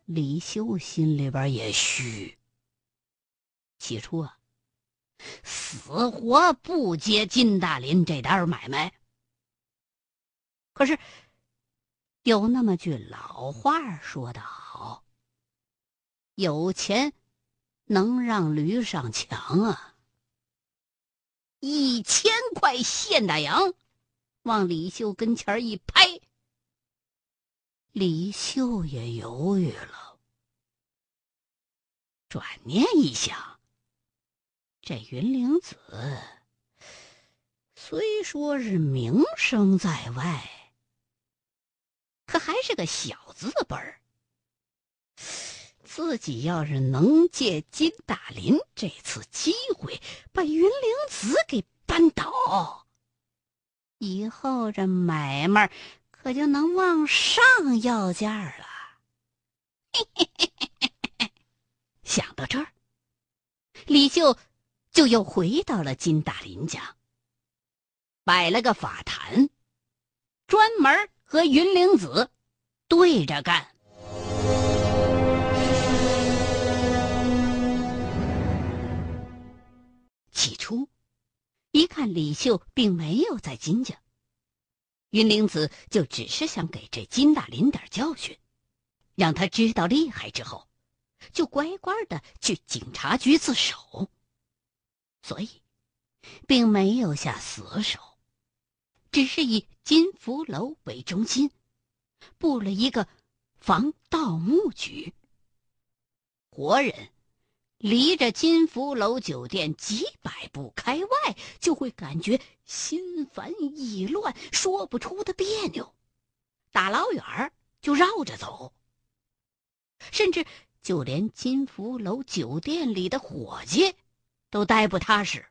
李秀心里边也虚。起初啊，死活不接金大林这单买卖。可是有那么句老话说得好，有钱能让驴上墙啊。1000块现大洋往李秀跟前一拍，李秀也犹豫了。转念一想，这云灵子虽说是名声在外，可还是个小字辈儿。自己要是能借金大林这次机会把云灵子给扳倒，以后这买卖可就能往上要价了。想到这儿，李秀就又回到了金大林家，摆了个法坛，专门和云灵子对着干。起初一看李秀并没有在金家，云灵子就只是想给这金大林点教训，让他知道厉害之后就乖乖的去警察局自首，所以并没有下死手，只是以金福楼为中心布了一个防盗墓局。活人离着金福楼酒店几百步开外，就会感觉心烦意乱，说不出的别扭，大老远就绕着走。甚至就连金福楼酒店里的伙计都待不踏实。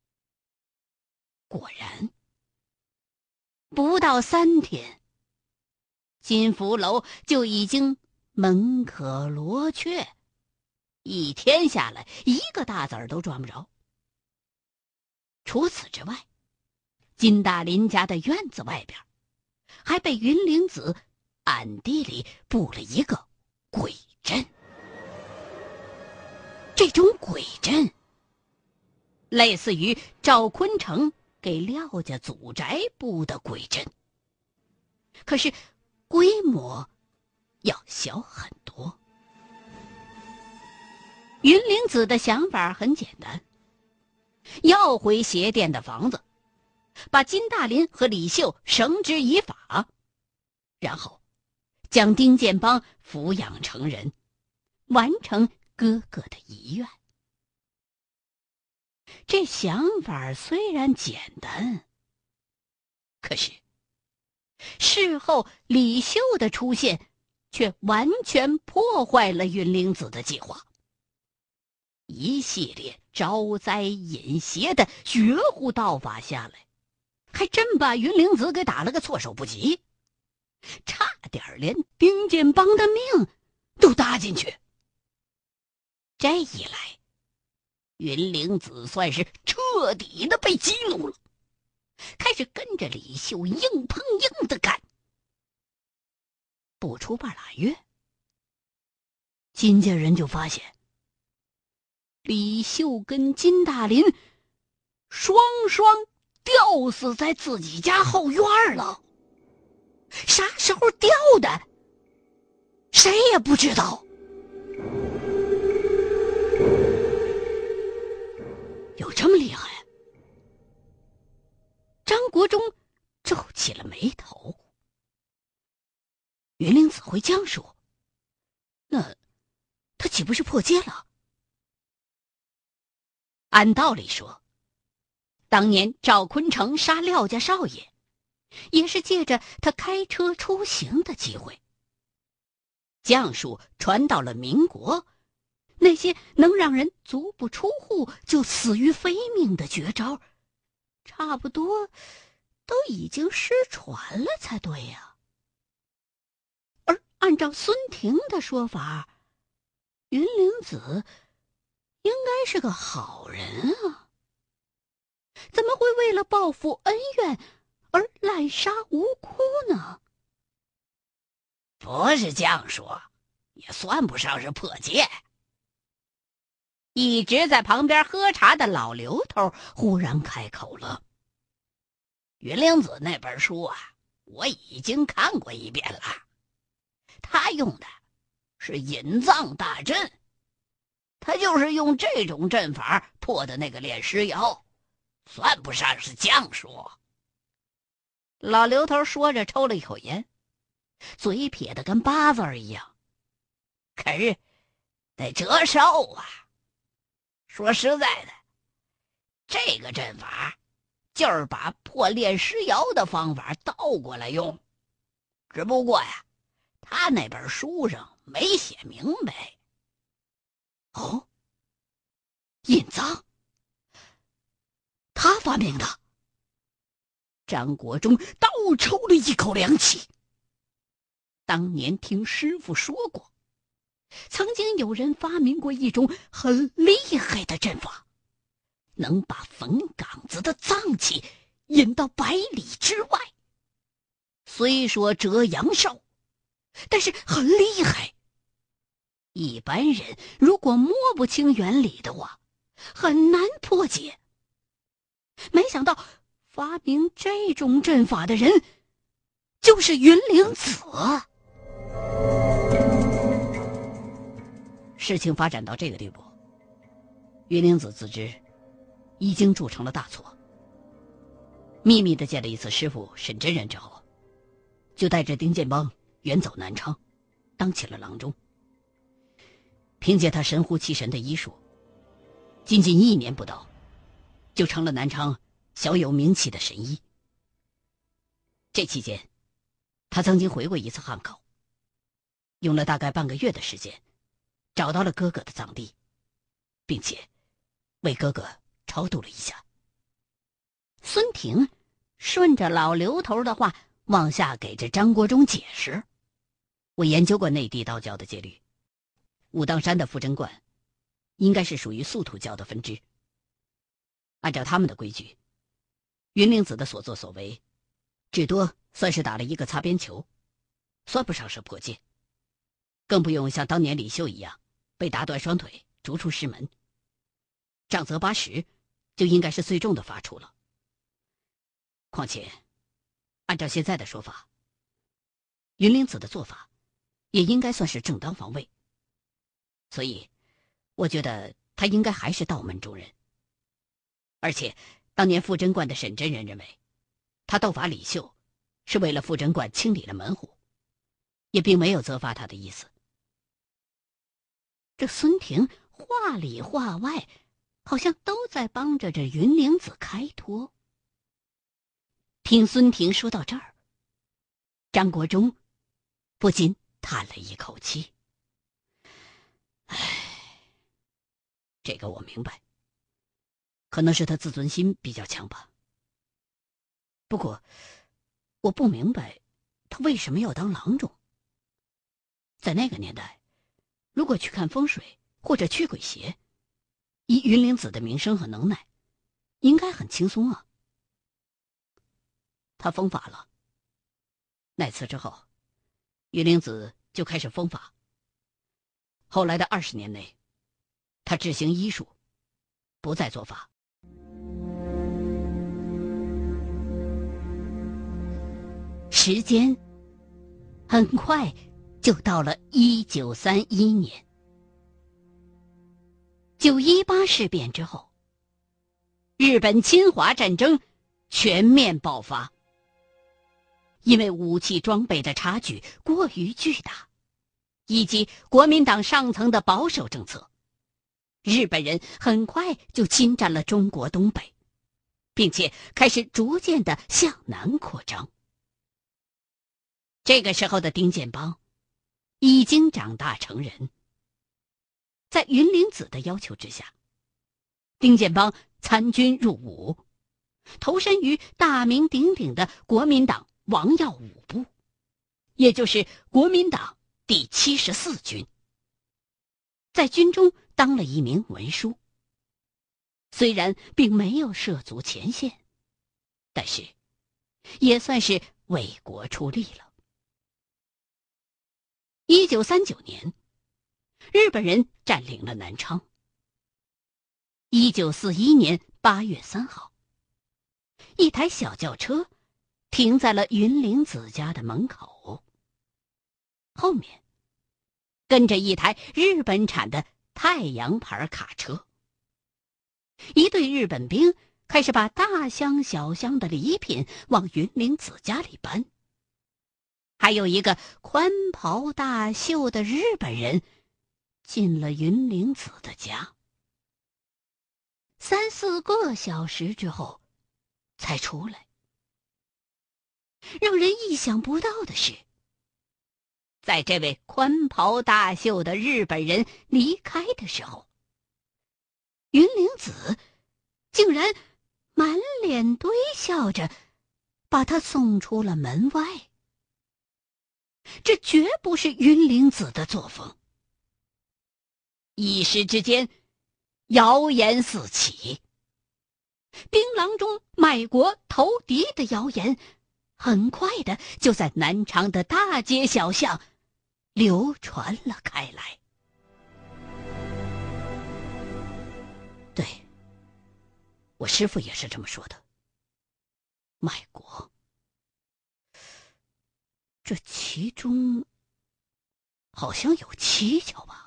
果然，不到3天，金福楼就已经门可罗雀，一天下来一个大子儿都赚不着。除此之外，金大林家的院子外边还被云灵子暗地里布了一个鬼阵。这种鬼阵类似于赵坤成给廖家祖宅布的鬼阵，可是规模要小很多。云灵子的想法很简单，要回鞋店的房子，把金大林和李秀绳之以法，然后将丁建邦抚养成人，完成哥哥的遗愿。这想法虽然简单，可是事后李秀的出现却完全破坏了云灵子的计划。一系列招灾引邪的绝户道法下来，还真把云灵子给打了个措手不及，差点连丁建邦的命都搭进去。这一来，云灵子算是彻底的被激怒了，开始跟着李秀硬碰硬的干。不出半拉月，金家人就发现李秀跟金大林双双吊死在自己家后院了。啥时候吊的，谁也不知道。有这么厉害？张国忠皱起了眉头。云灵子会江苏，那他岂不是破戒了？按道理说，当年赵坤成杀廖家少爷，也是借着他开车出行的机会。将术传到了民国，那些能让人足不出户就死于非命的绝招，差不多都已经失传了才对呀。而按照孙婷的说法，云灵子应该是个好人啊，怎么会为了报复恩怨而滥杀无辜呢？ 不是这样说， 也算不上是破戒。一直在旁边喝茶的老刘头忽然开口了：“云灵子那本书啊，我已经看过一遍了。他用的是引藏大阵，他就是用这种阵法破的那个炼尸窑，算不上是降术。”老刘头说着抽了一口烟，嘴撇得跟八字一样。可是得折寿啊！说实在的，这个阵法就是把破炼尸窑的方法倒过来用，只不过呀，他那本书上没写明白。哦，隐藏，他发明的。张国忠倒抽了一口凉气。当年听师傅说过，曾经有人发明过一种很厉害的阵法，能把坟岗子的脏气引到百里之外。虽说折阳寿，但是很厉害。一般人如果摸不清原理的话，很难破解。没想到发明这种阵法的人就是云灵子。事情发展到这个地步，云灵子自知已经铸成了大错，秘密地见了一次师傅沈真人之后，就带着丁建邦远走南昌，当起了郎中。凭借他神乎其神的医术，仅仅1年不到，就成了南昌小有名气的神医。这期间，他曾经回过一次汉口，用了大概半个月的时间，找到了哥哥的葬地，并且为哥哥超度了一下。孙婷顺着老刘头的话往下给这张国忠解释：“我研究过内地道教的戒律，武当山的富真观应该是属于素土教的分支。按照他们的规矩，云灵子的所作所为，至多算是打了一个擦边球，算不上是破戒，更不用像当年李秀一样被打断双腿，逐出师门。杖责80就应该是最重的罚处了。况且，按照现在的说法，云灵子的做法也应该算是正当防卫。所以，我觉得他应该还是道门中人。而且，当年富真观的沈真人认为，他斗法李秀是为了富真观清理了门户，也并没有责罚他的意思。”这孙婷话里话外，好像都在帮着这云灵子开脱。听孙婷说到这儿，张国忠不禁叹了一口气。这个我明白，可能是他自尊心比较强吧。不过，我不明白他为什么要当郎中。在那个年代，如果去看风水或者驱鬼邪，以云灵子的名声和能耐，应该很轻松啊。他封法了，那次之后，云灵子就开始封法。后来的20年内，他只行医术，不再做法。时间很快就到了1931年。918事变之后，日本侵华战争全面爆发。因为武器装备的差距过于巨大，以及国民党上层的保守政策，日本人很快就侵占了中国东北，并且开始逐渐地向南扩张。这个时候的丁建邦已经长大成人，在云灵子的要求之下，丁建邦参军入伍，投身于大名鼎鼎的国民党王耀武部，也就是国民党第74军。在军中当了一名文书，虽然并没有涉足前线，但是也算是为国出力了。1939年日本人占领了南昌。1941年8月3号，一台小轿车停在了云灵子家的门口，后面跟着一台日本产的太阳牌卡车。一队日本兵开始把大箱小箱的礼品往云灵子家里搬，还有一个宽袍大袖的日本人进了云灵子的家。3、4个小时之后才出来。让人意想不到的是，在这位宽袍大袖的日本人离开的时候，云灵子竟然满脸堆笑着把他送出了门外。这绝不是云灵子的作风。一时之间，谣言四起，槟榔中卖国投敌的谣言很快的就在南昌的大街小巷流传了开来。对，我师父也是这么说的。卖国，这其中好像有蹊跷吧？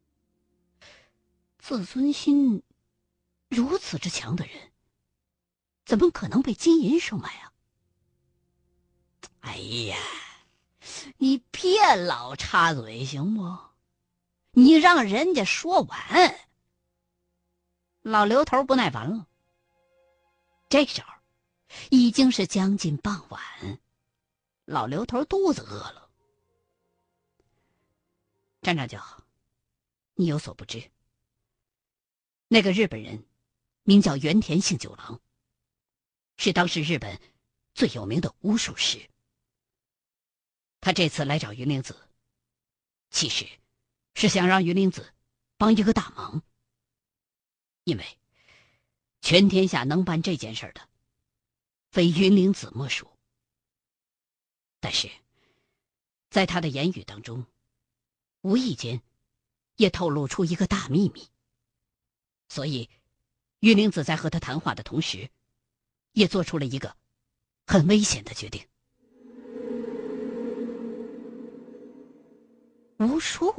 自尊心如此之强的人，怎么可能被金银收买啊？哎呀，你别老插嘴行不？你让人家说完。老刘头不耐烦了。这时候已经是将近傍晚，老刘头肚子饿了。站长教，你有所不知，那个日本人名叫原田幸九郎，是当时日本最有名的巫术师。他这次来找云灵子，其实是想让云灵子帮一个大忙。因为全天下能办这件事的，非云灵子莫属。但是在他的言语当中，无意间也透露出一个大秘密。所以云灵子在和他谈话的同时，也做出了一个很危险的决定。巫术。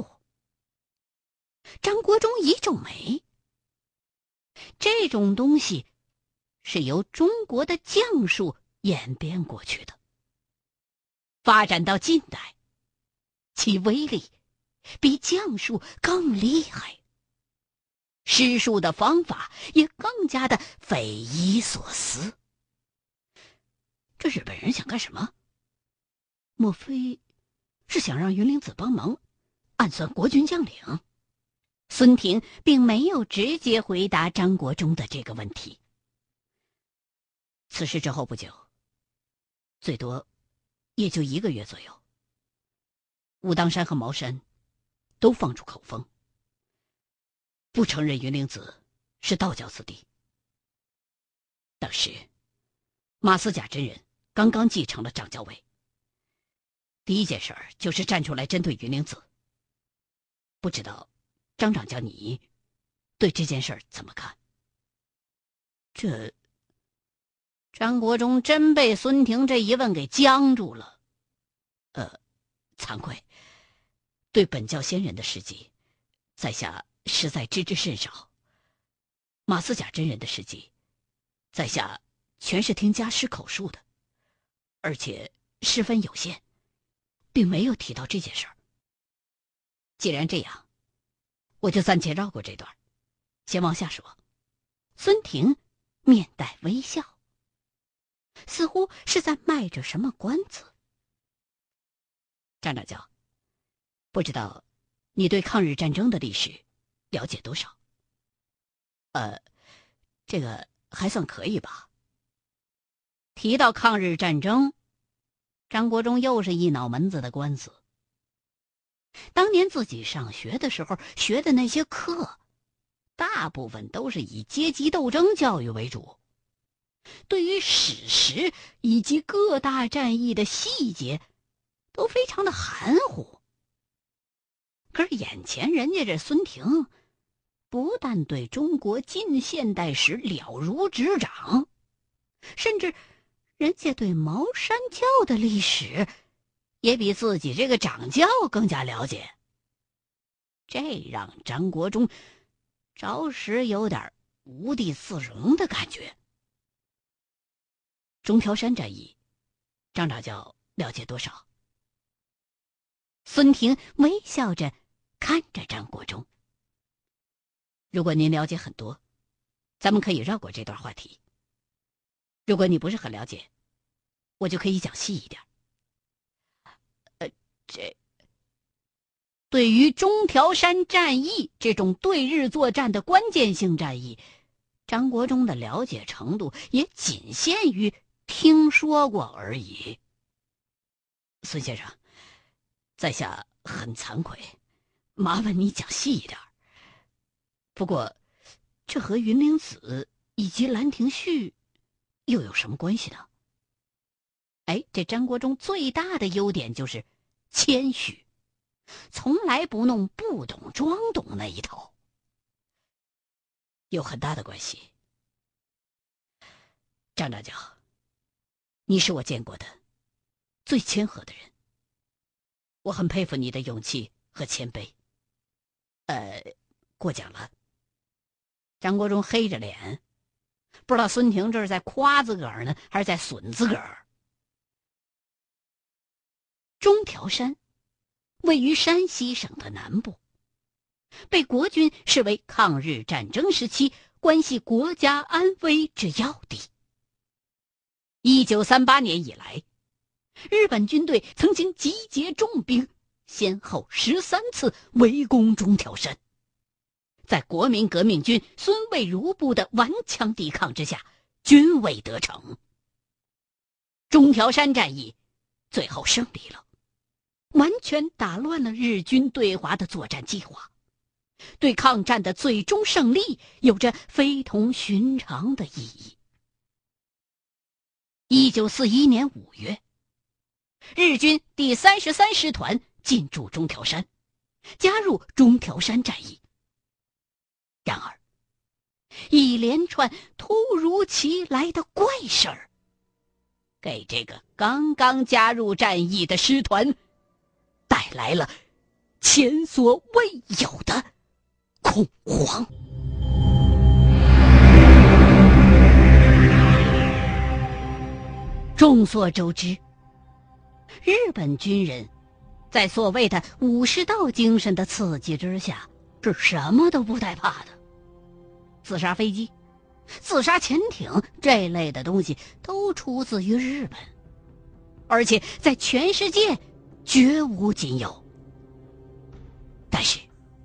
张国忠一皱眉，这种东西是由中国的将术演变过去的，发展到近代，其威力比将术更厉害，施术的方法也更加的匪夷所思。这日本人想干什么？莫非是想让云灵子帮忙暗算国军将领？孙廷并没有直接回答张国忠的这个问题。此事之后不久，最多也就1个月左右，武当山和茅山都放出口风，不承认云灵子是道教子弟。当时马思甲真人刚刚继承了掌教位，第一件事就是站出来针对云灵子。不知道张掌教你对这件事怎么看？这张国忠真被孙廷这一问给僵住了。惭愧，对本教先人的事迹，在下实在知之甚少。马思甲真人的事迹，在下全是听家师口述的，而且十分有限，并没有提到这件事儿。既然这样，我就暂且绕过这段，先往下说。孙廷面带微笑，似乎是在卖着什么关子。张掌教，不知道你对抗日战争的历史了解多少？这个还算可以吧。提到抗日战争，张国忠又是一脑门子的官司。当年自己上学的时候学的那些课，大部分都是以阶级斗争教育为主，对于史实以及各大战役的细节都非常的含糊。 可是眼前人家这孙廷，不但对中国近现代史了如指掌，甚至人家对茅山教的历史也比自己这个掌教更加了解。这让张国忠着实有点无地自容的感觉。中条山战役，张掌教了解多少？孙廷微笑着看着张国忠。如果您了解很多，咱们可以绕过这段话题。如果你不是很了解，我就可以讲细一点。对于中条山战役这种对日作战的关键性战役，张国忠的了解程度也仅限于听说过而已。孙先生，在下很惭愧，麻烦你讲细一点。不过，这和云灵子以及兰亭序又有什么关系呢？这张国忠最大的优点就是谦虚，从来不弄不懂装懂那一套。有很大的关系。张掌教，你是我见过的最谦和的人，我很佩服你的勇气和谦卑。过奖了。张国忠黑着脸，不知道孙廷这是在夸自个儿呢，还是在损自个儿。中条山位于山西省的南部，被国军视为抗日战争时期关系国家安危之要地。1938年以来，日本军队曾经集结重兵，先后13次围攻中条山。在国民革命军孙蔚如部的顽强抵抗之下，均未得逞。中条山战役最后胜利了，完全打乱了日军对华的作战计划，对抗战的最终胜利有着非同寻常的意义。1941年5月，日军第33师团进驻中条山，加入中条山战役。然而，一连串突如其来的怪事儿，给这个刚刚加入战役的师团带来了前所未有的恐慌。众所周知，日本军人在所谓的武士道精神的刺激之下，是什么都不带怕的。自杀飞机、自杀潜艇这类的东西都出自于日本，而且在全世界绝无仅有。但是，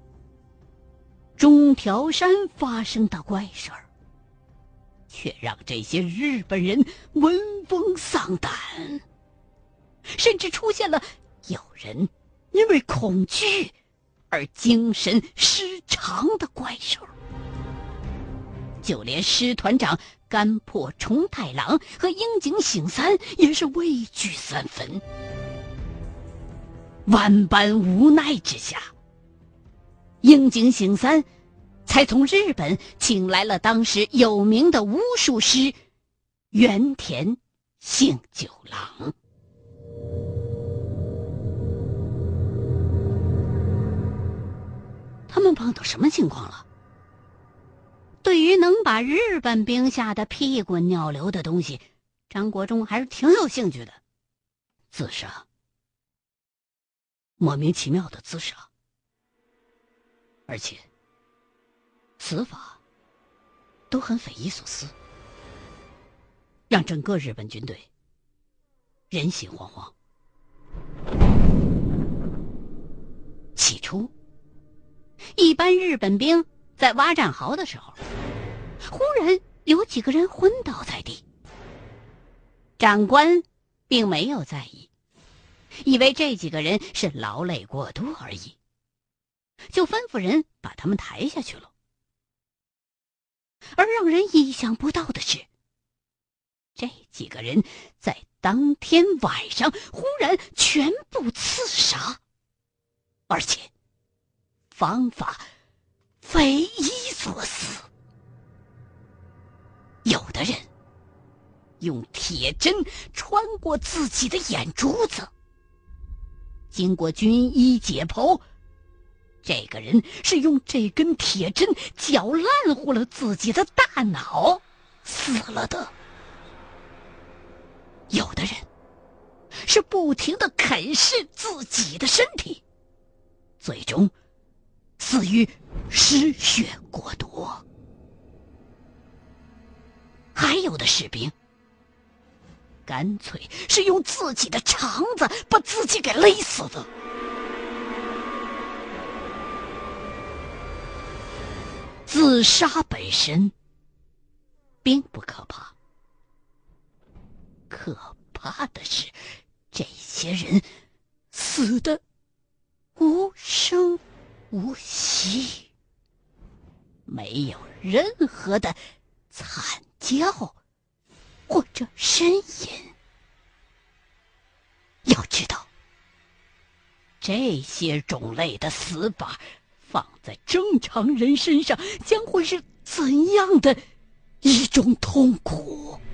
中条山发生的怪事儿，却让这些日本人闻风丧胆，甚至出现了有人因为恐惧而精神失常的怪事儿。就连师团长甘破重太郎和樱井省三也是畏惧3分。万般无奈之下，樱井省三才从日本请来了当时有名的巫术师原田幸九郎。他们碰到什么情况了？对于能把日本兵吓得屁滚尿流的东西，张国忠还是挺有兴趣的。自杀，莫名其妙的自杀，而且死法都很匪夷所思，让整个日本军队人心惶惶。起初，一般日本兵在挖战壕的时候，忽然有几个人昏倒在地。长官并没有在意，以为这几个人是劳累过度而已，就吩咐人把他们抬下去了。而让人意想不到的是，这几个人在当天晚上忽然全部自杀，而且方法匪夷所思。有的人用铁针穿过自己的眼珠子，经过军医解剖，这个人是用这根铁针搅烂乎了自己的大脑死了的。有的人是不停地啃噬自己的身体，最终死于失血过多。还有的士兵干脆是用自己的肠子把自己给勒死的。自杀本身并不可怕，可怕的是这些人死得无声无息，没有任何的惨叫或者呻吟。要知道，这些种类的死法放在正常人身上将会是怎样的一种痛苦。